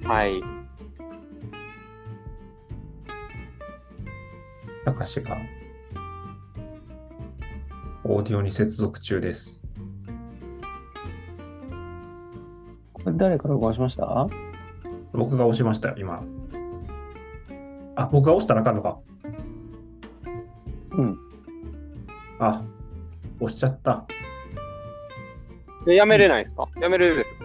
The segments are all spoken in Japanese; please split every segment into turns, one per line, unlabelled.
はい。
たかしがオーディオに接続中です。
これ誰から録音しました？
僕が押しましたよ、今。あ、僕が押したらあかんのか。
うん。
あ、押しちゃった。
で、やめれないですか？やめれるです。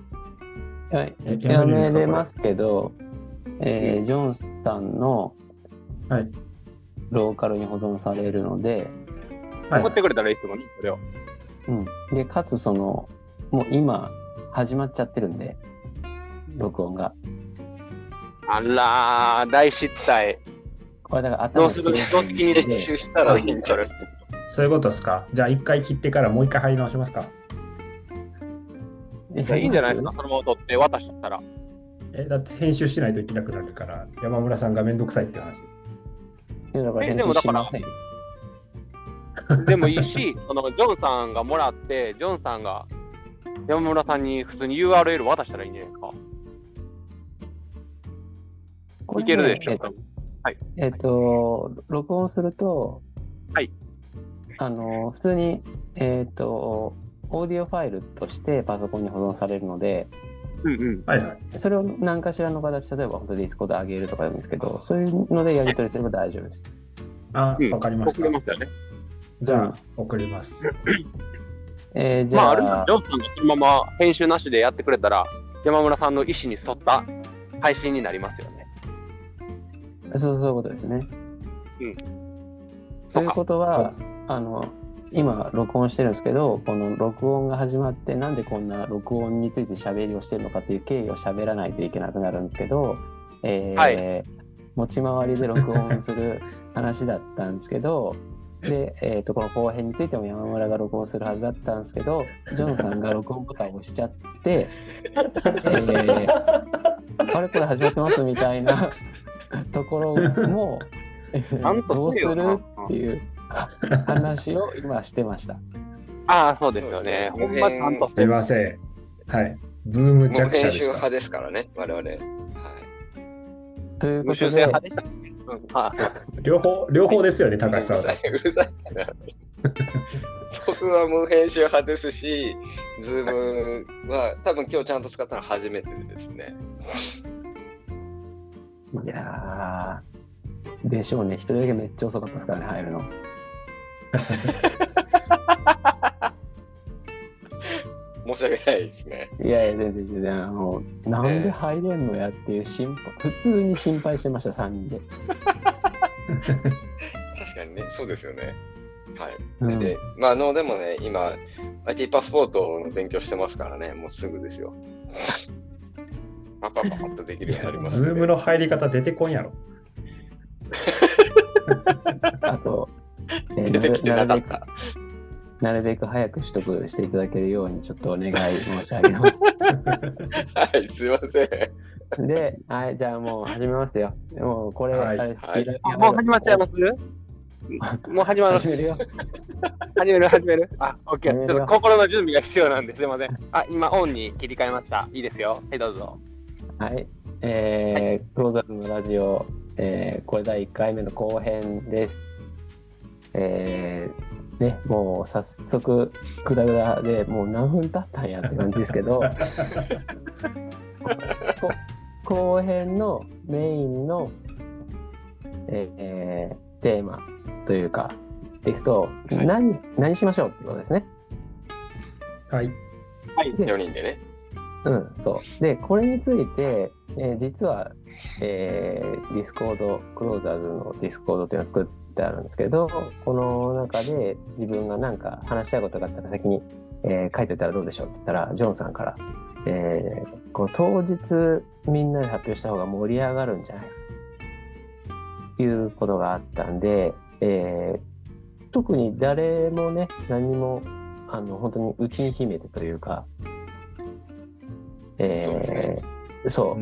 や
やめれるんですか、
めれま
これ。
すけど、ジョンさんの
はい。
ローカルに保存されるので、
はい
送ってくれたらいいですもんね、それを。
うん。で、かつもう今、始まっちゃってるんで、録音が。
あらー、大失態。
これだから
どうする？
頭切れ
どう的に練習したらいいんそれ。
そういうことですか。じゃあ一回切ってからもう一回入り直しますか。
いや、いいんじゃないですか、そのまま取って渡したら。
だって編集しないといけなくなるから、山村さんがめんどくさいっていう話です。
いやだから
で
編
もだから
集しません。
でもいいし、ジョンさんがもらって、ジョンさんが山村さんに普通に URL 渡したらいいんじゃないですか。
これ
いけるでしょうか。はい。
録音すると、
はい。
普通に、オーディオファイルとしてパソコンに保存されるので、
うんうん。
はいはい。
それを何かしらの形、例えば本当ディスコード上げるとかでもいいんですけど、そういうのでやり取りすれば大丈夫です。
あ、わかりまし
送
た。
れますよね。
じゃあ、送ります。
じ
まあ、
ゃ
あるいはジョンさんがそのまま編集なしでやってくれたら、山村さんの意思に沿った配信になりますよね。
そういうことですね。
うん。
ということは、今録音してるんですけど、この録音が始まってなんでこんな録音について喋りをしてるのかっていう経緯を喋らないといけなくなるんですけど、
はい
持ち回りで録音する話だったんですけど、で、この後編についても山村が録音するはずだったんですけど、ジョンさんが録音ボタンを押しちゃって、あれこれ始まってますみたいなところも、どうするっていう話を今してました。
ああ、そうですよね。ほんまちゃんと。
すいません。はい。ズーム弱者でした。
編集派ですからね、我々。はい。
ということで、
派でした。
両方ですよね、高橋さんは。
うるさいな。僕は無編集派ですし、ズームは多分今日ちゃんと使ったのは初めてですね。
いやー、でしょうね。一人だけめっちゃ遅かったですからね、入るの。
申し訳ないですね。
いやいや、全然、なんで入れんのやっていう普通に心配してました、3人で。
確かにね、そうですよね。はい。
うん、
で、でもね、今、IT パスポートの勉強してますからね、もうすぐですよ。パパッとできるようになります、
ズームの入り方出てこんやろ。
あと、
出てきてなかった。
なるべく早く取得していただけるようにちょっとお願い申し上げます。
はい、すいませ
ん。で、はい、じゃあもう始めますよ。もうこれ、
はい、
あれ
もう始まっちゃいます？もう始まる。
始めるよ。
始める。あ、OK。ちょっと心の準備が必要なんですいません。今オンに切り替えました。いいですよ。はい、どうぞ。
はい。クローザーズのラジオ、これ第1回目の後編です。ね、もう早速グダグダでもう何分経ったんやって感じですけど後編のメインの、テーマというかいくと、はい、何しましょうってことですね。
はい。
はい、4人でね。
そうでこれについて、実は、ディスコードクローザーズのディスコードっていうのを作ってあるんですけど、この中で自分が何か話したいことがあったら先に、書いておいたらどうでしょうって言ったらジョンさんから、この当日みんなで発表した方が盛り上がるんじゃないかということがあったんで、特に誰もね何も本当に内に秘めてというか、そう、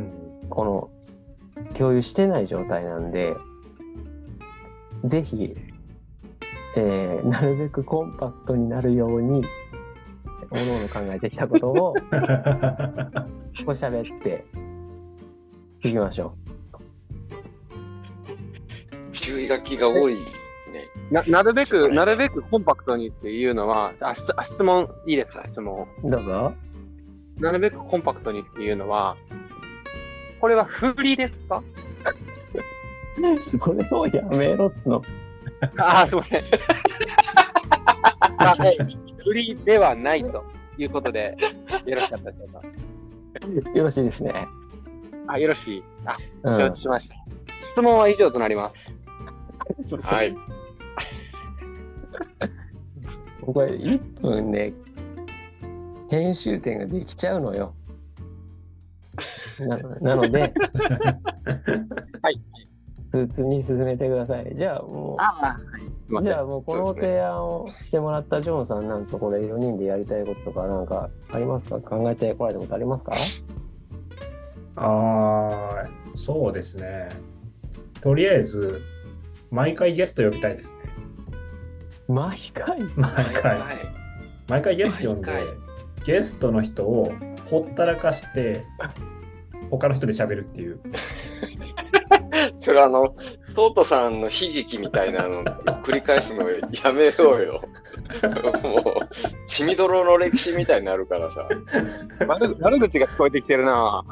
この共有してない状態なんで、ぜひ、なるべくコンパクトになるようにおのおの考えてきたことをこう喋って行きましょ
注意書きが多いね。
なるべくコンパクトにっていうのは、質問いいですか、質問。
う。どうぞ。
なるべくコンパクトにっていうのは、これは振りですか？
それをやめろっつの。
ああ、すみません。振りではないということで、よろしかったでしょうか。
よろしいですね。
あ、よろしい。あ、
うん
承知しました。質問は以上となります。
はい。
これ1分ね、編集点ができちゃうのよ。なので、
はい。
普通に進めてください。じゃあも
ああ、はい。すみま
う、
せん。
じゃあもうこの提案をしてもらったジョンさん、なんとこれ4人でやりたいこととかなんかありますか？考えてこられたことありますか？
そうですね。とりあえず、毎回ゲスト呼びたいですね。
毎回
毎回ゲスト呼んで、ゲストの人をほったらかして、他の人で喋るっていう。
それトートさんの悲劇みたいなの繰り返すのやめようよ。もう、血みどろの歴史みたいになるからさ。
悪口が聞こえてきてるな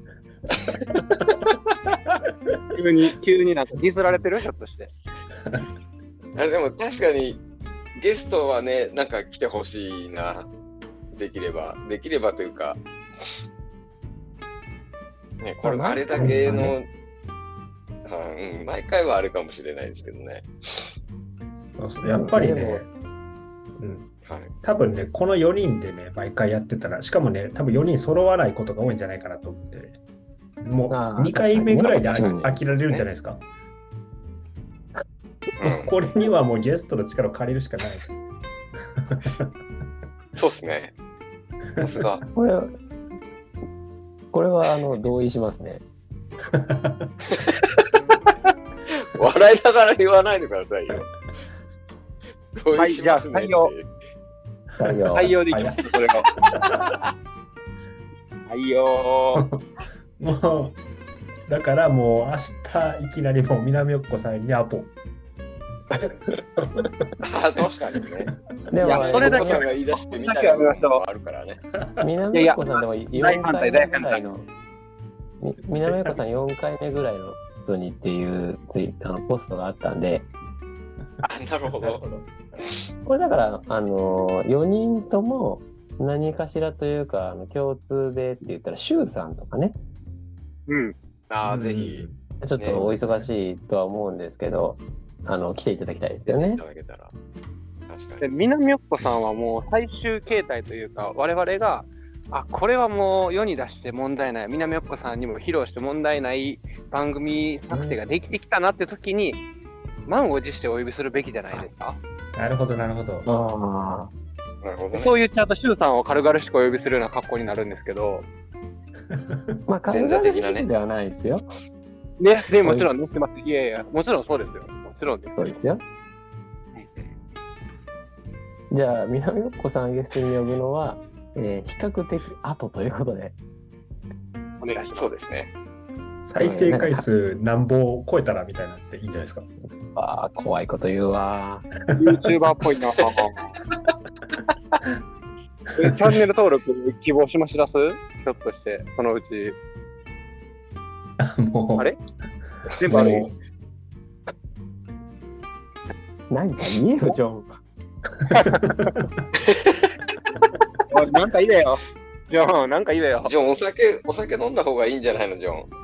急になんかディスられてる？ひょっとして。
でも確かにゲストはね、なんか来てほしいな。できればというか、ね、これあれだけの、毎回はあれかもしれないですけどね。
そうやっぱりね、
はい、
多分ね、この4人でね、毎回やってたら、しかもね、多分4人揃わないことが多いんじゃないかなと思って、もう2回目ぐらいで飽きられるんじゃないですか。これにはもうゲストの力を借りるしかない。
そうですね。さすが。
これは同意しますね。
笑いながら言わないでくださいよ。
はい、じゃあ採用でいきます、これを。採用。
もう、だからもう明日いきなりもう南奥子さんにアポ。
確かにね。
でも、
それだけ
が言い出してみたいなのもあるからね。
南奥子さんでも4回目ぐらいの、南岡さん4回目ぐらいの人にっていうポストがあったんで、
なるほど。
これだから4人とも何かしらというか共通でって言ったら周さんとかね、
ぜひ
ちょっとお忙しいとは思うんですけど、来ていただきたいですよね。
いただけたら。確か
で
に。
南奥子さんはもう最終形態というか、我々がこれはもう世に出して問題ない、南奥子さんにも披露して問題ない番組作成ができてきたなって時に、満を持してお呼びするべきじゃないですか。
なるほど、なるほど。
なるほどね。
そう言っちゃうと、周さんを軽々しくお呼びするような格好になるんですけど。
まあ、軽々しくではないですよ。
ね、でもちろん、ね、すいません。いやいや、もちろんそうですよ。もちろんです。
そうですよ。じゃあ、南奥子さんゲストに呼ぶのは、比較的後ということで。
お願いします。
そうですね。
再生回数何本を超えたらみたいなっていいんじゃないですか。
怖いこと言うわ。
YouTuber っぽいな。チャンネル登録希望しましらす？ひょっとして、そのうち。
もう
あれ全部ある？
何か言えよ、ジョン。
おい、なんか言えよ。ジョン、なんか言えよ。
ジョン、お酒飲んだ方がいいんじゃないの、ジョン。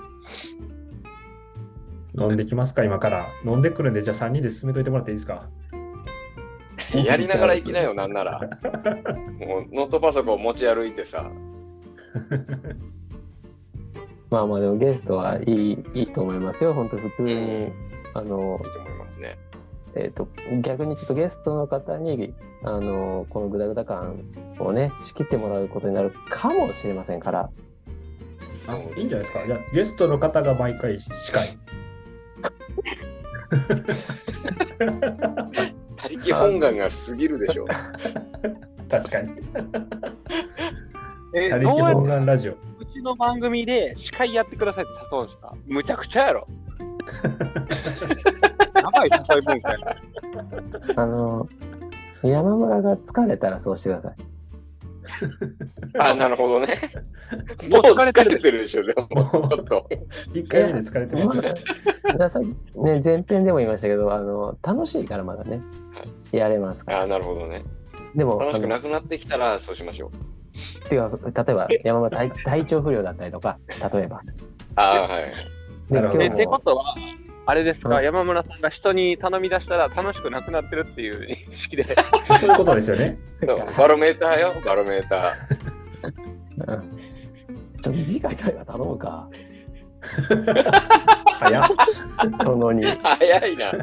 飲んできますか、今から。飲んでくるんで、じゃあ3人で進めといてもらっていいですか。
やりながら行きなよ、なんなら。もうノートパソコン持ち歩いてさ。
まあまあ、でもゲストはいいと思いますよ。本当普通に、
いいと思いますね。
逆にちょっとゲストの方にこのグダグダ感をね仕切ってもらうことになるかもしれませんから。
いいんじゃないですか。じゃあゲストの方が毎回司会。
他力本願が過ぎるでしょ。
確かに。他力
どうやって
本願ラジオ。
普ちの番組で司会やってくださいって誘うんですか？むちゃくちゃやろ。やばい誘い文化やな。
山村が疲れたらそうしてください。
あ、なるほどね。
もう疲れてる
でしょ、でも。ちょっと。
1回目で疲れてますよね。
さっきね、前編でも言いましたけど、楽しいからまだね、やれますから。
あ、なるほどね。
でも、
楽しくなくなってきたらそうしましょう。
例えば、山村体調不良だったりとか、例えば。
あ、はい。
なるほど。
ってことは、あれですか、山村さんが人に頼み出したら楽しくなくなってるっていう認識で。
そういうことですよね。
バロメーターよ、バロメータ
ー。ちょっと次回から頼むか。
早っ。
その2。
早いな。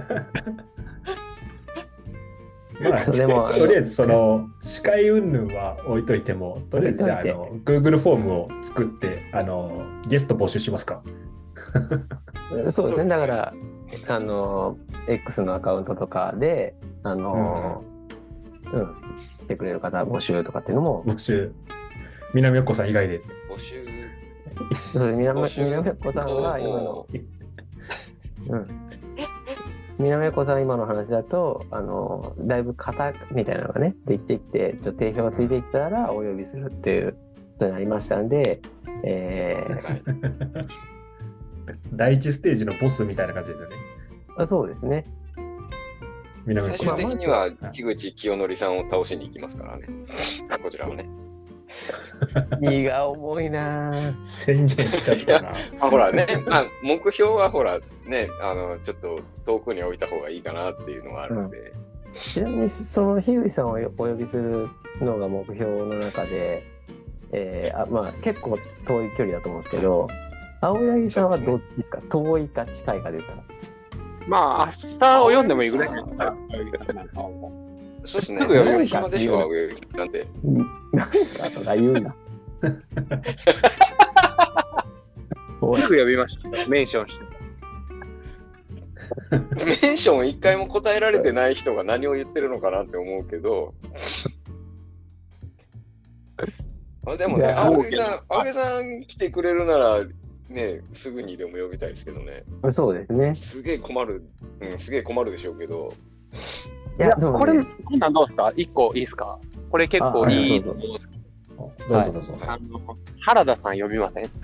まあ、でもとりあえずその司会云々は置いといても、とりあえずじゃあGoogle フォームを作ってゲスト募集しますか。
そうですね。だからX のアカウントとかで来てくれる方募集とかっていうのも
募集。南横さん以外で
募集。
南横さんが今の南横さん今の話だとだいぶ型みたいなのがねできてきてちょっと定評がついてきたらお呼びするっていうことになりましたんで、
第一ステージのボスみたいな感じですよね。
そうですね。
最終的には木口清則さんを倒しに行きますからね。こちらはね。
荷が重いな。
宣言しちゃったな。
ほらね、目標はほらね、ちょっと遠くに置いた方がいいかなっていうのがあるので。
ちなみにその樋口さんをお呼びするのが目標の中で、結構遠い距離だと思うんですけど、青柳さんはどっちですか？遠いか近いかで言ったら。
まあ明日を読んでもいいぐらいですか。
そうですね。すぐ読む暇でしょ、青柳さんって。
なんかとか言うな。
すぐ呼びました。メンションして。
メンション一回も答えられてない人が何を言ってるのかなって思うけど。でもね、青柳さん来てくれるなら、ね、すぐにでも呼びたいですけどね。
そうですね。
すげえ困るでしょうけど。
いや、でもね、こんなんどうですか？一個いいですか？これ結構いいと思うんですけ
ど。どうぞ。
原田さん呼びません？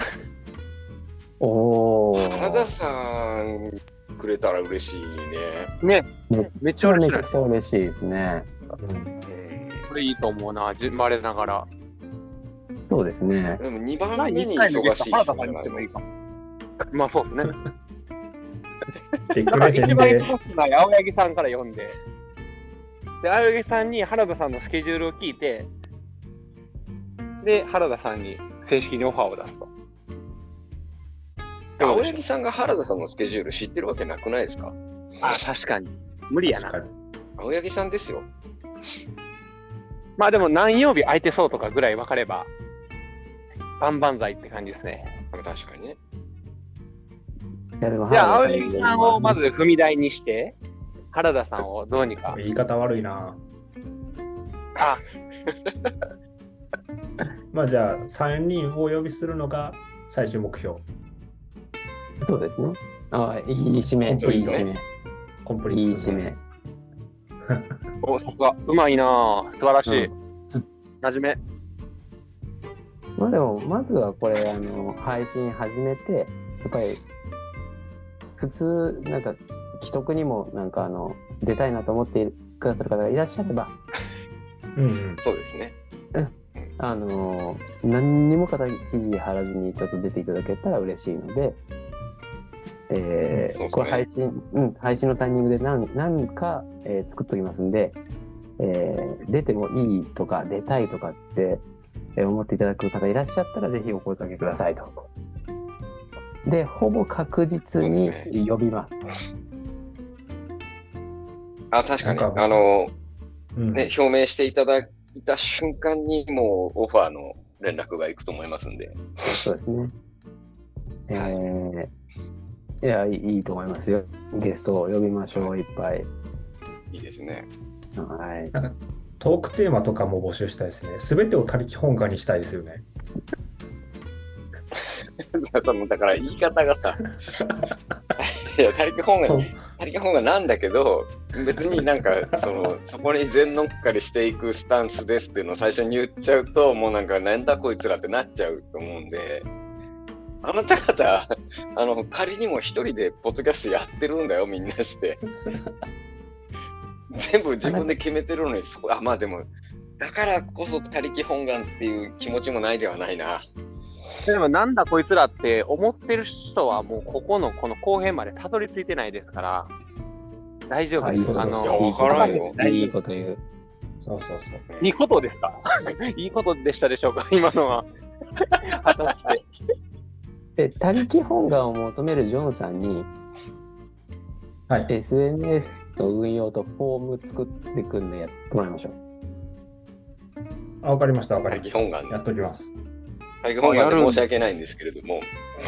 原田さんくれたら嬉しいね。
めっちゃ嬉しいですね。
これいいと思うな、我ながら。
そうですね。
でも2番目に忙しい人じゃないの。
まあそうですね。
来てくれて
一番忙しくない青柳さんから読んで、青柳さんに原田さんのスケジュールを聞いて、で、原田さんに正式にオファーを出すと。
青柳さんが原田さんのスケジュール知ってるわけなくないですか？
あ、確かに。無理やな。
青柳さんですよ。
まあでも何曜日空いてそうとかぐらい分かれば、万々歳って感じですね。
確かにね。
じゃあ、青柳さんをまず踏み台にして、原田さんをどうにか。
言い方悪いな。
あ
まあじゃあ、3人をお呼びするのが最終目標。
そうですね。いい締め。
コンプリート。コンプリート。
いい締め。
お、さすが。うまいな。素晴らしい。なじめ。
まあでも、まずはこれ、配信始めて、やっぱり、普通、なんか、既得にも、なんか出たいなと思ってくださる方がいらっしゃれば、
そうですね。
何にも肩肘張らずにちょっと出ていただけたら嬉しいので、これ配信のタイミングで何か、作っときますんで、出てもいいとか出たいとかって思っていただく方いらっしゃったらぜひお声かけくださいと。で、ほぼ確実に呼びます。
確かに。表明していただいた瞬間にもうオファーの連絡がいくと思いますんで。
そうですね。いや、いいと思いますよ。ゲストを呼びましょう、いっぱい。
いいですね。
はい。
なんかトークテーマとかも募集したいですね。すべてを他力本願にしたいですよね。
だから言い方がさ、いや、他力本願なんだけど、別になんかそこに全乗っかりしていくスタンスですっていうのを最初に言っちゃうと、もうなんかなんだこいつらってなっちゃうと思うんで、あなた方、仮にも一人でポッドキャストやってるんだよ、みんなして。全部自分で決めてるのに、まあでも、だからこそ他力本願っていう気持ちもないではないな。
でもなんだこいつらって思ってる人はもうこの後編までたどり着いてないですから、大丈夫です。
そうそうそう
いや、わからんよ。
いいこと言う。
そうそうそう。
いいことですかいいことでしたでしょうか今のは。果たして。
で、他力本願を求めるジョンさんに、
はい、
SNS の運用とフォーム作ってくんでやってもらいましょう。
わかりました、わかりました。
他力本願
やっときます。
他力本願で申し訳ないんですけれども。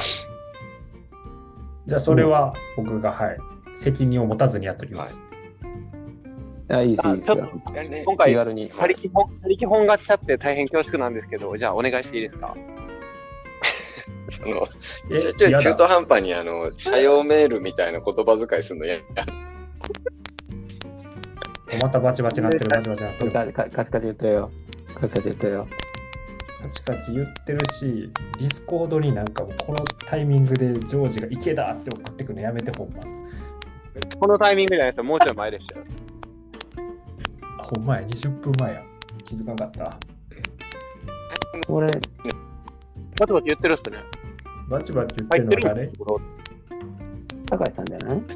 じゃあ、それは僕が、責任を持たずにやっときます。
いいです、いいですよ。
今回、
気軽に。
他力本願っちゃって大変恐縮なんですけど、じゃあお願いしていいですか
中途半端に社用メールみたいな言葉遣いするのや
またバチバチなってる、バチバチなってる。
カチカチ言ったよ。カチカチ言ったよ。
カチカチ言ってるし、ディスコードになんかもうこのタイミングでジョージが池だって送ってくるのやめてほんま。
このタイミングじゃないともうちょい前でしたよ。
ほんまや、20分前や。気づかなかった。
これ、
バチバチ言ってるっすね。
バチバチ言ってるのは誰？
高橋さんじゃない？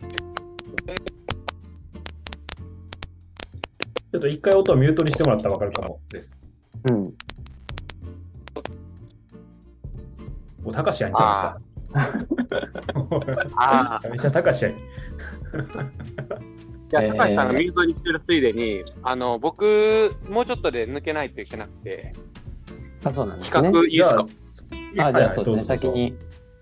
ちょっと一回音をミュートにしてもらったら分かるかもです。
うん。
お、高橋やんじゃないですか。めっちゃ高橋やん。
いや、高橋さんがミュートにしてるついでに、僕、もうちょっとで抜けないといけなくて、
そうなんですね。
企画いいですか？
じゃあそうですね、先に。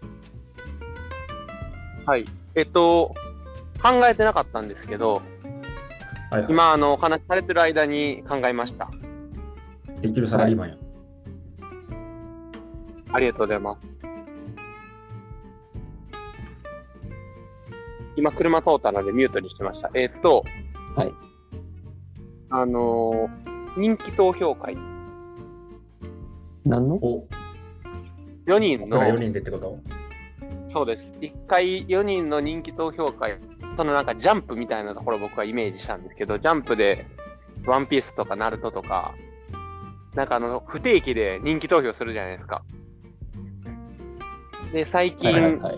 はい。考えてなかったんですけど、今、お話しされてる間に考えました。
できるサラリーマンや。
ありがとうございます。今、車通ったのでミュートにしてました。
はい。
人気投票会。
何の
？4人の。
4人でってこと？
そうです。1回4人の人気投票会、なんかジャンプみたいなところを僕はイメージしたんですけど、ジャンプでワンピースとかナルトとか、なんか不定期で人気投票するじゃないですか。で、最近、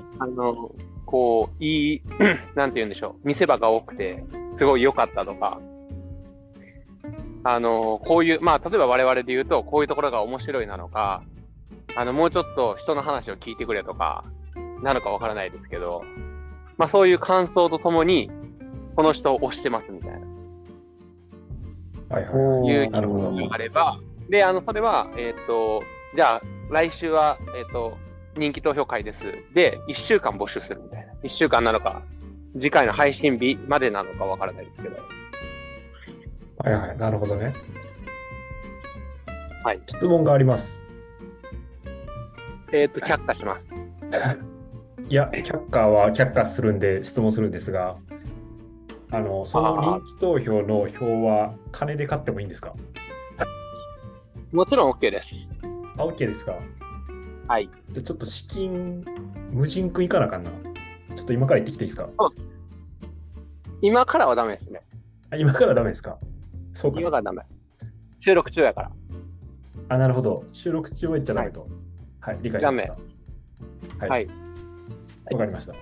なんて言うんでしょう、見せ場が多くて、すごい良かったとか、こういう、例えば我々で言うと、こういうところが面白いなのか、もうちょっと人の話を聞いてくれとか、なのかわからないですけど、そういう感想とともに、この人を推してますみたいな。いう気持ちがあれば、で、それは、じゃあ、来週は、人気投票会です。で、1週間募集するみたいな。1週間なのか、次回の配信日までなのかわからないですけど。
なるほどね。
はい。
質問があります。
却下します。
いや、却下は却下するんで質問するんですが、その人気投票の票は金で買ってもいいんですか？
もちろん OK です。
OK ですか？
はい。
じゃちょっと資金、無人区いかなあかんな。ちょっと今から行ってきていいですか？
今からはダメですね。
今からダメですか？そうか。
今からダメ。収録中やから。
なるほど。収録中は言っちゃダメと。はい、理解しました。はい。わかりました。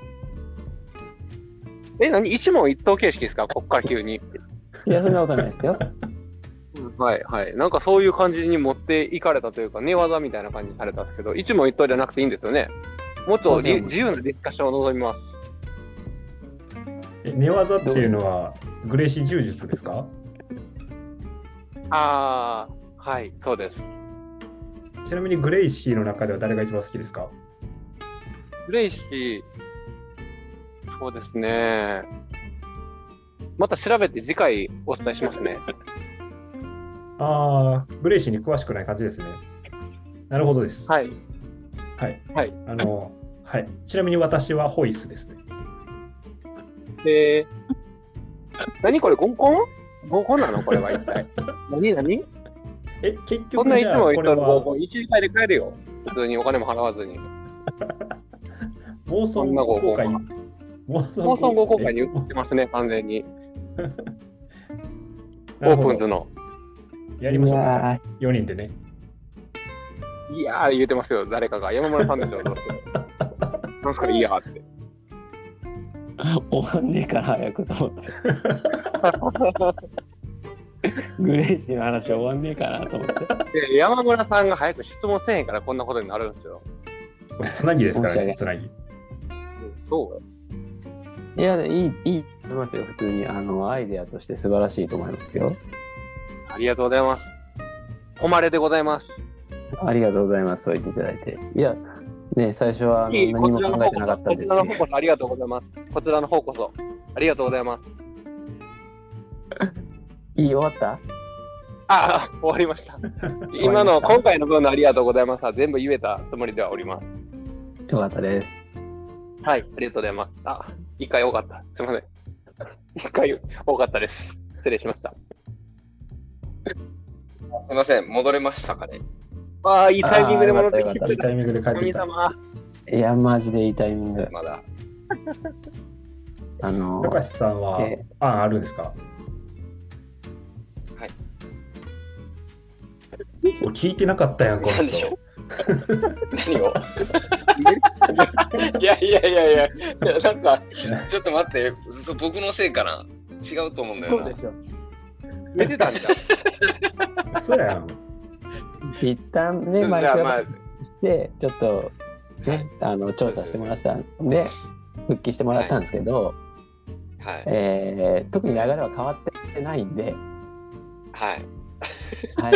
何一問一答形式ですか？こっから急に。
いや、そんなことないですよ。
はいはい。なんかそういう感じに持っていかれたというか、寝技みたいな感じにされたんですけど、一問一答じゃなくていいんですよね。もっと自由なディスカッションを望みます。
寝技っていうのは、グレイシー柔術ですか？
はい、そうです。
ちなみにグレイシーの中では誰が一番好きですか？
グレイシー、そうですね。また調べて次回お伝えしますね。
グレイシーに詳しくない感じですね。なるほどです。
はい。
はい。
はい。
はい。ちなみに私はホイスですね。
何これ、合コンなのこれは一体。何
結
そんないつ
局じゃあ
も言ったら
これは
合コン1時間で帰るよ。普通にお金も払わずに。
妄想公開に。
妄想合コン会に移ってますね、完全に。オープンズの。
やりましょうか、4人でね。
いやー言うてますよ、誰かが。山村さんでしょ、どうしてなんすか、いやーって。
終わんねえから早くと思って。グレイシーの話終わんねえかなと思って。
山村さんが早く質問せへんからこんなことになるんですよ。
つなぎですからね、つなぎ。
そういや、いいと思いますよ、普通に。アイデアとして素晴らしいと思いますよ。
ありがとうございます。誉れでございます。
ありがとうございます、そう言っていただいて。いや、ね、最初は何も考えてなかったんで。
こちらの方こそありがとうございます。こちらの方こそありがとうございます。
終わった？
終わりました。今回の分のありがとうございますは全部言えたつもりではおります。
よかったです。
はい、ありがとうございます。一回多かった。すみません。一回多かったです。失礼しました。
すみません、戻れましたかね。
いいタイミングで戻ってきて。
いいタイミングで帰ってきた。
いや、マジでいいタイミング。
まだ。
高橋さんは、あるんですか？
はい。
聞いてなかったやん、この
人。何をいや、なんか、ちょっと待って、僕のせいかな。違うと思うんだよな。そうでしょ。
寝てたんだ。
そうやん。
一旦ね、毎回して、ちょっと、ね、調査してもらったんで、復帰してもらったんですけど、はい特に流れは変わってないんで、
はい。
はい。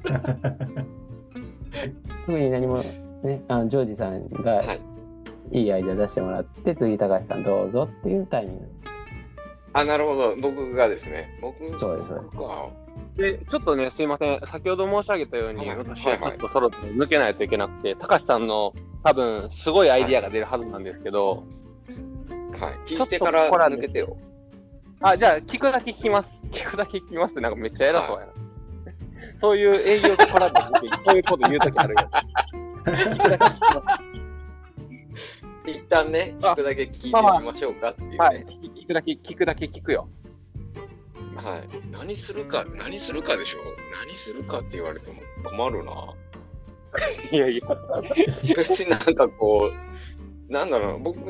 特に何もね、ジョージさんがいいアイデア出してもらって、次高橋さんどうぞっていうタイミング。
なるほど。僕がですね。
そうです。
で、ちょっとね、すいません。先ほど申し上げたように、私はちょっとそろそろ抜けないといけなくて、高橋さんの多分すごいアイディアが出るはずなんですけど、
はい。聞いてから抜けてよ。
じゃあ、聞くだけ聞きます。聞くだけ聞きますってなんかめっちゃ偉そうやな。そういう営業とコラボで、そういうこと言うときあるよ。聞くだけ聞きます。
一旦ね、聞くだけ聞いてみましょうかっていうね。
はい。聞くだけ聞くよ。
はい。何するかでしょ？何するかって言われても困るな。
いや。
別になんかこう、なんだろう、僕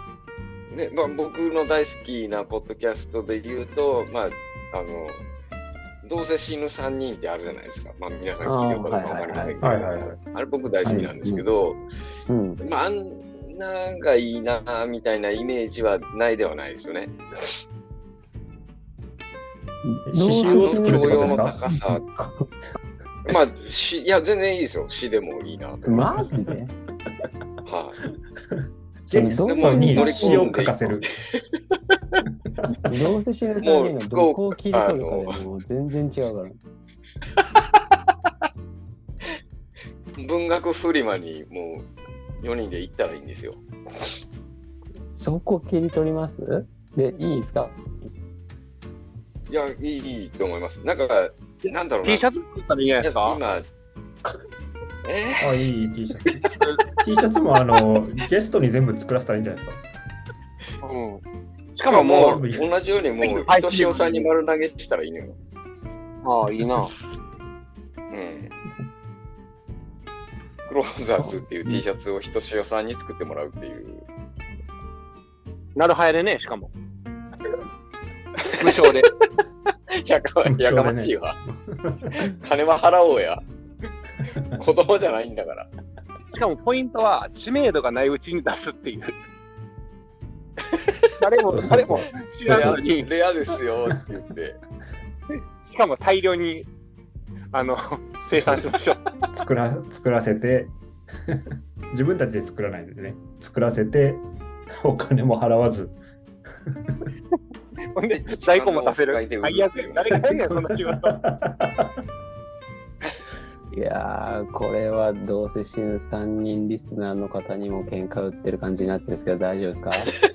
の大好きなポッドキャストで言うと、どうせ死ぬ3人ってあるじゃないですか。皆さん聞いてるかどうかわかりませんけど、あれ僕大好きなんですけど、あんながいいなみたいなイメージはないではないですよね。
詩集を作るってことですか？
いや、全然いいですよ。詩でもいいな。
マジで？
はい。
ゲストに詩を書かせる。
どうせ死ぬ3人がどこを切り取るかでもう全然違うから。
文学フリマにもう4人で行ったらいいんですよ。
そこ切り取ります？で、いいですか？
いや、いいと思います。なんだろうな。
T シャツ作ったらいいんじゃないですか？
いい T シャツ。T シャツもゲストに全部作らせたらいいんじゃないですか？
しかももう、
同じようにもう、ひとしおさんに丸投げしたらいいのよ。
いいな。
クローザーズっていう T シャツをひとしおさんに作ってもらうっていう。
なるはやでね、しかも。無償で。
やかましいわ。金は払おうや。子供じゃないんだから。
しかもポイントは知名度がないうちに出すっていう。誰も知らないのに。
レアですよって言って。
しかも大量に生産しましょう。
作らせて、自分たちで作らないのでね。作らせて、お金も払わず。
ほんで、在庫も出せる。最悪。誰がやるんや、そんな仕事。
いやー、これはどうせ死ぬ3人リスナーの方にも喧嘩売ってる感じになってるんですけど、大丈夫ですか？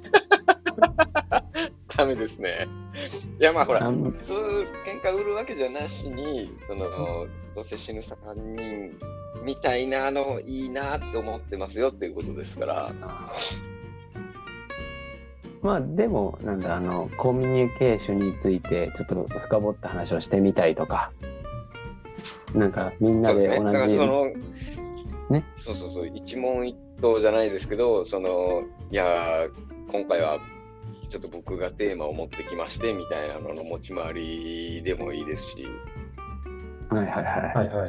ダメですね。いや、まあほら、
あん
普通、喧嘩売るわけじゃなしに、どうせ死ぬ3人みたいなのいいなって思ってますよっていうことですから。
まあでも、なんだ、コミュニケーションについてちょっと深掘った話をしてみたいとか、なんかみんなで同じ、
だから
ね、
そうそうそう、一問一答じゃないですけど、いやー、今回はちょっと僕がテーマを持ってきましてみたいなのの持ち回りでもいいですし、
はいはいはい。
はいはいはい。
はい。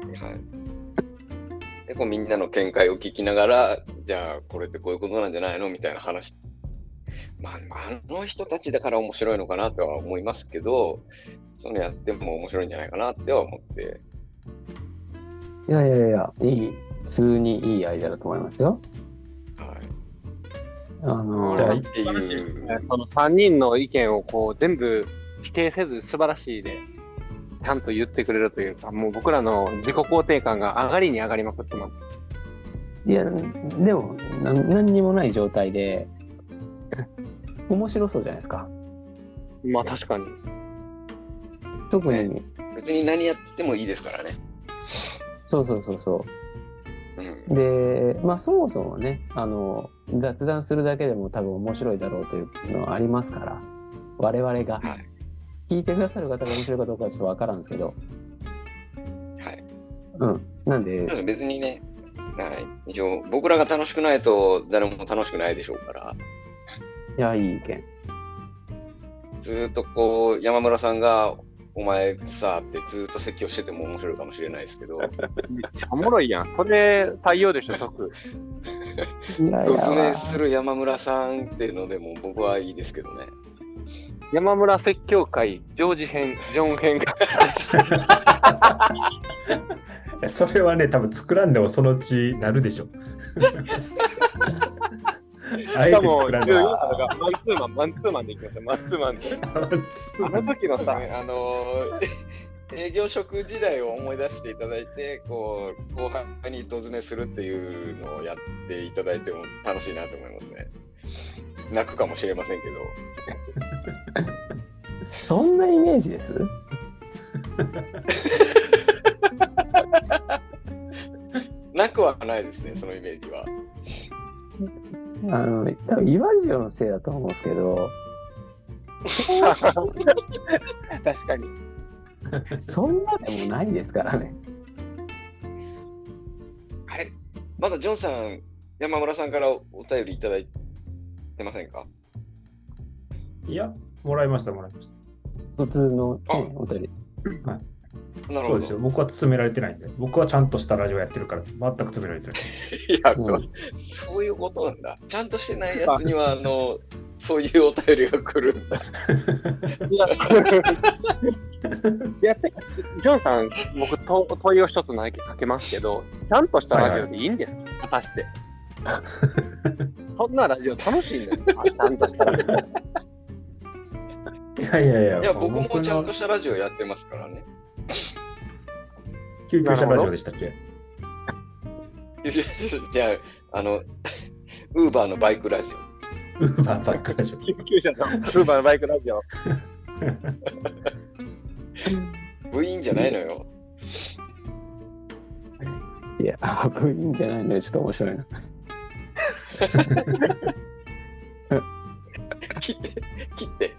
で、こうみんなの見解を聞きながら、じゃあこれってこういうことなんじゃないのみたいな話。まあ、あの人たちだから面白いのかなとは思いますけど、そのやっても面白いんじゃないかなっては思って。
いやいやいや、普通にいいアイデアだと思いますよ。
はい。
じゃあ
っていう
その3人の意見をこう全部否定せず素晴らしいで、ちゃんと言ってくれるというか、もう僕らの自己肯定感が上がりに上がりまくってます。
いや、でも何にもない状態で面白そうじゃないですか。
まあ確かに。
特に、
別に何やってもいいですからね。
そうそうそうそう。で、まあそもそもね、雑談するだけでも多分面白いだろうというのはありますから、我々が、聞いてくださる方が面白いかどうかはちょっとわからんですけど、
はい。
なんで、
別にね、一応僕らが楽しくないと誰も楽しくないでしょうから。
いや、いい意見。
ずーっとこう、山村さんが、お前さってずーっと説教してても面白いかもしれないですけど。
めっちゃおもろいやん。それ採用でしょ、即。
おすすめする山村さんっていうのでも僕はいいですけどね。
山村説教会、ジョージ編、ジョン編が。
それはね、多分作らんでもそのうちなるでしょ。あえて作らんでも。
マンツーマンでいきますよ、マンツーマンで。あの時のさ、
営業職時代を思い出していただいて、こう、後輩に糸詰めするっていうのをやっていただいても楽しいなと思いますね。泣くかもしれませんけど。
そんなイメージです？
なくはないですね、そのイメージは。
多分イワジオのせいだと思うんですけど、
確かに。
そんなでもないですからね。
あれ、まだジョンさん、山村さんからお便りいただいてませんか？
いや、もらいました。
普通の、お便り。
はい。
なるほど。
そうですよ。僕は詰められてないんで。僕はちゃんとしたラジオやってるから、全く詰められてない。
いや、そういうことなんだ。ちゃんとしてないやつには、そういうお便りが来るんだ。
いや、ジョンさん、僕、問いを一つかけますけど、ちゃんとしたラジオでいいんですか、果たして。そんなラジオ楽しいんですか、ちゃんとしたラジオ。
いや、
僕もちゃんとしたラジオやってますからね。
救急車ラジオでしたっけ？
じゃあ、ウーバーのバイクラジ
オ。ウーバーバイクラジオ。
救急車のウーバーのバイクラジオ。
部員じゃないのよ。
いや、部員じゃないのよ、ちょっと面白いな。
切って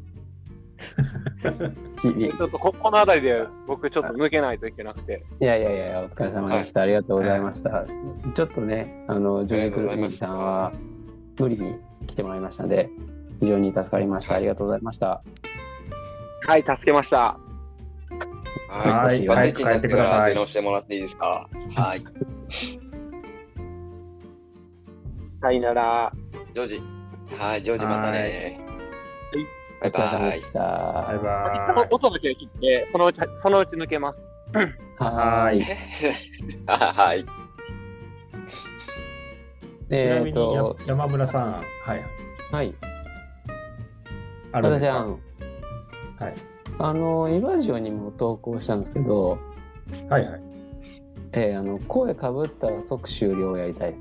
ちょっとこの辺りで僕ちょっと抜けないといけなくて。
いや、お疲れ様でした。ありがとうございました。ちょっとね、ジョニー・クルーニーさんは無理に来てもらいましたので、非常に助かりました。ありがとうございました。
はい、助けました。
はい、早く帰ってください。
直してもらっていいですか？はい。
さよなら。
ジョージ。はい、ジョージまたね。バイバイ。
バイバイ。
音だけ切って、そのうち抜けます。
はい。
はい。
ちなみに山村さん、
はい。
あるんですか？
はい。イバジオにも投稿したんですけど、
はいはい。
声かぶったら即終了やりたい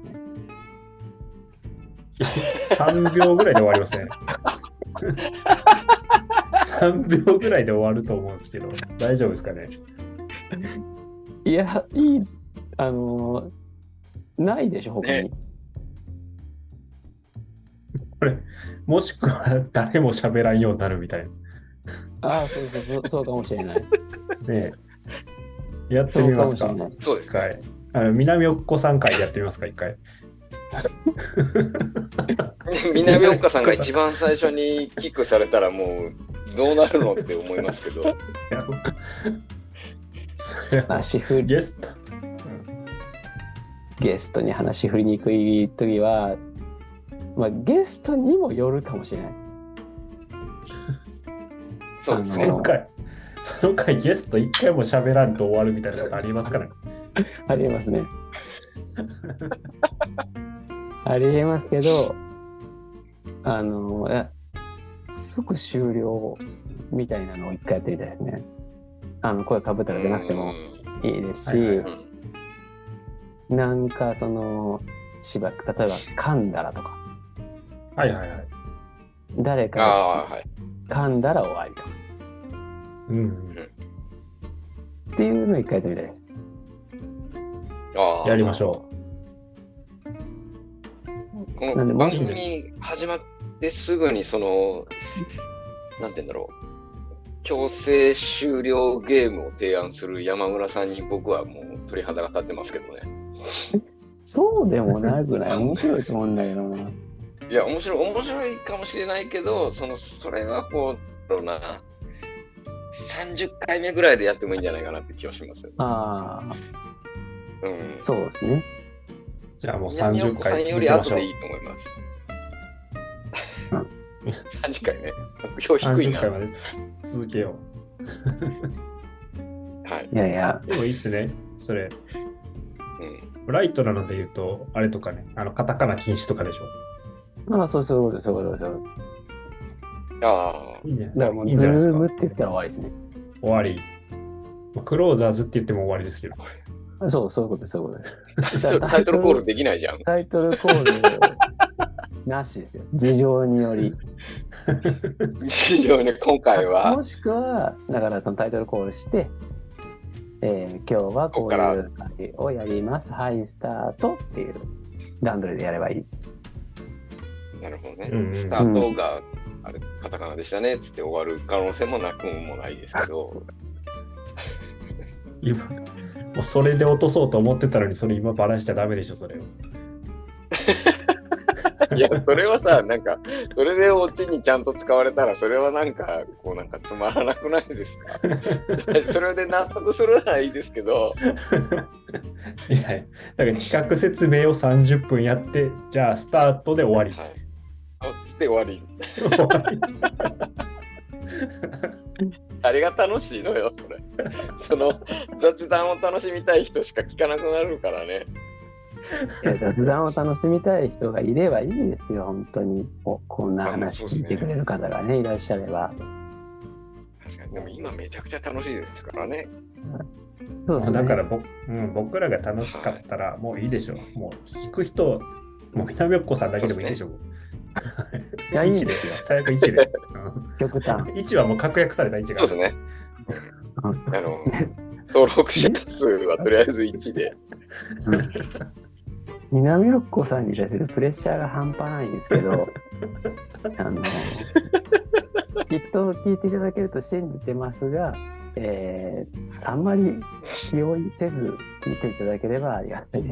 ですね。
3秒ぐらいで終わりますね。3秒ぐらいで終わると思うんですけど、大丈夫ですかね。
いや、いい、ないでしょ、他に。
ね
これ、もしくは誰も喋らんようになるみたいな。
ああ、そうかもしれない。
ねえ、やってみますか。
そうです
一回。南おっこさん会やってみますか、一回。
南岡さんが一番最初にキックされたらもうどうなるのって思いますけど。
それは
足振り
ゲスト。
ゲストに話振りにくいときは、まあ、ゲストにもよるかもしれない。
そうですね。
その回ゲスト一回も喋らんと終わるみたいなことありますからね。
ありえますね。ありえますけど、即終了みたいなのを一回やってみたいですね。声かぶったら出なくてもいいですし、なんかしばらく、例えば噛んだらとか、
はいはいはい。
誰かが噛んだら終わりとか、っていうのを一回やってみたいです。
やりましょ
う。この番組始まってすぐになんて言うんだろう、強制終了ゲームを提案する山村さんに僕はもう鳥肌が立ってますけどね。
そうでもなくない？面白いと思うんだけどな。
いや、面白いかもしれないけど、それは30回目ぐらいでやってもいいんじゃないかなって気がしますよね。
ああ。
うん。
そうですね。
じゃあもう30回
続けましょう。より後でいいと思います。30回ね。目標低いな。
30回まで続けよ
う。はい。
いやいや。
でもいいっすね、それ。
うん。
ライトなので言うと、あれとかね、カタカナ禁止とかでしょ。
ああ、そういうこと。
ああ。
いいね。
だからもう、ズームって言ったら終わりですね。
終わり。クローザーズって言っても終わりですけど。
そういうことです。
タイトルコールできないじゃん。
タイトルコールなしですよ。事情により。
事情に今回は。
もしくは、だからそのタイトルコールして、今日はこういう会をやります。はい、スタートっていう段取りでやればいい。
なるほどね。スタートがあれカタカナでしたねっつって終わる可能性もなくもないですけど。
今もうそれで落とそうと思ってたのに、それ今バラしちゃダメでしょ、それ。
いや、それはさ、それでオチにちゃんと使われたら、それはつまらなくないですか？それで納得するならいいですけど。
いや、だから企画説明を30分やって、じゃあスタートで終わり。
はい。で終わり。あれが楽しいのよ、それ。雑談を楽しみたい人しか聞かなくなるからね。
雑談を楽しみたい人がいればいいですよ、本当に。こんな話聞いてくれる方がね、いらっしゃれば。
確かに、でも今めちゃくちゃ楽しいですからね。
そうですね。
だから僕らが楽しかったらもういいでしょ。もう聞く人、もう南おっこさんだけでもいいでしょ。
いや、いいんですよ。
最悪1で。
極端。
1はもう確約された1が。
そうですね。登録者数はとりあえず1で。
南おっこさんに対するプレッシャーが半端ないんですけど、きっと聞いていただけると信じてますが、あんまり気負いせず聞いていただければありがたいです。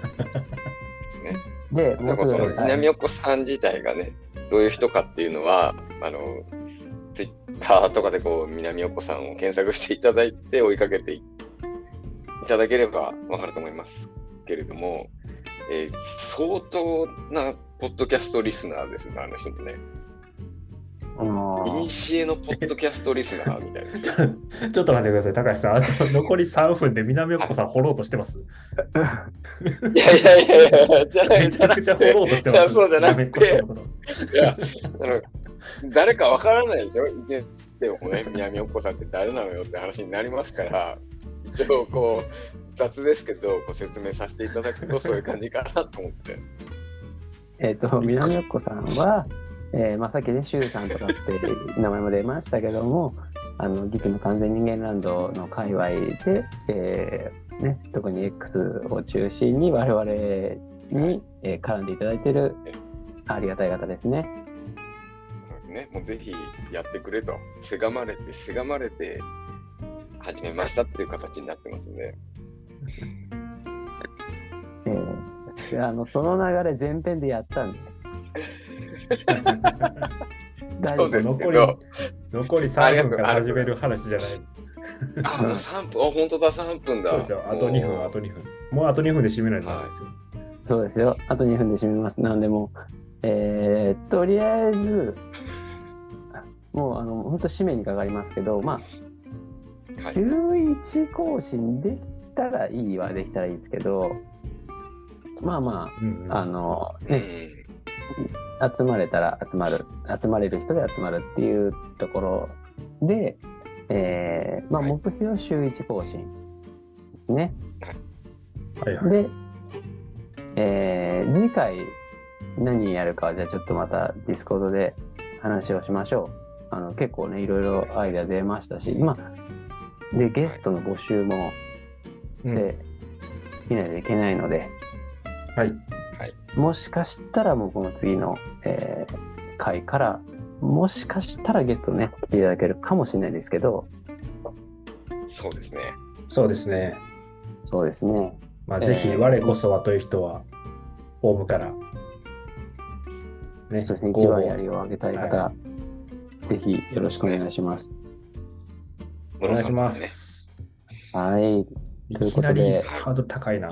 で、もうすぐ南おっこさん自体がね、どういう人かっていうのは、ツイッターとかで南おっこさんを検索していただいて追いかけていただければわかると思いますけれども、相当なポッドキャストリスナーですね、あの人もね。いにしえのポッドキャストリスナーみたいな。
ちょっと待ってください、高橋さん。残り3分で南おっこさん掘ろうとしてます。
いや、
めちゃくちゃ掘ろうとしてます。
そうじゃなくて、いや、誰かわからないでしょ。でもね、南おっこさんって誰なのよって話になりますから、一応雑ですけど、ご説明させていただくとそういう感じかなと思って。
南よっこさんは、さっきね、シュウさんとかって名前も出ましたけども、ギチの完全人間ランドの界隈で、特に X を中心に我々に、絡んでいただいているありがたい方ですね。
そうですね。もうぜひやってくれと、せがまれて始めましたっていう形になってますね。
その流れ前編でやったんで。
そうですけど
残り3分から始める話じゃない。
もう3分、本当だ、3分だ。
そうですよ、あと2分。もうあと2分で締めないとダメですよ。
そうですよ、あと2分で締めます。なんでもとりあえず、もう本当締めにかかりますけど、週1更新できたらいいはできたらいいですけど、集まれたら集まる、集まれる人で集まるっていうところで、目標週1更新ですね。
はいはい。
で、次回何やるかはじゃあちょっとまたディスコードで話をしましょう。結構ね、いろいろアイデア出ましたし、でゲストの募集もしていないといけないので、もしかしたらもうこの次の、回からもしかしたらゲストね来ていただけるかもしれないですけど、
そうですね。
ぜひ我こそはという人はフォームから
そうですね、一番槍を上げたい方、ぜひよろしくお願いします。
お願いします。
はい。
いきなりハード高いな。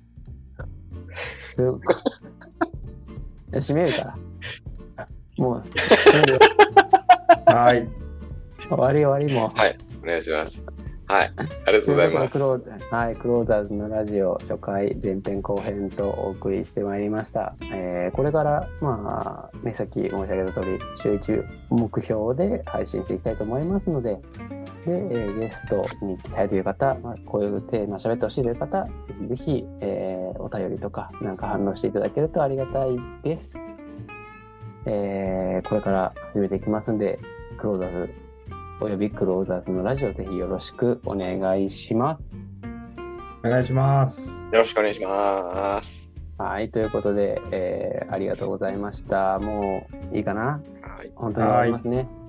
閉めるから。もう。
はい。
終わりも。
はい、お願いします。はい、ありがとうございます。
クローザーズのラジオ初回前編後編とお送りしてまいりました。これからさっき申し上げた通り週1目標で配信していきたいと思いますので、ゲストに来たいという方、こういうテーマ喋ってほしいという方、ぜひ、お便りとかなんか反応していただけるとありがたいです。これから始めていきますんで、クローザーズおよびクローザーズのラジオぜひよろしくお願いします。
お願いします。
よろしくお願いします。
はい、ということで、ありがとうございました。もういいかな？
はい。
本当に終わりますね。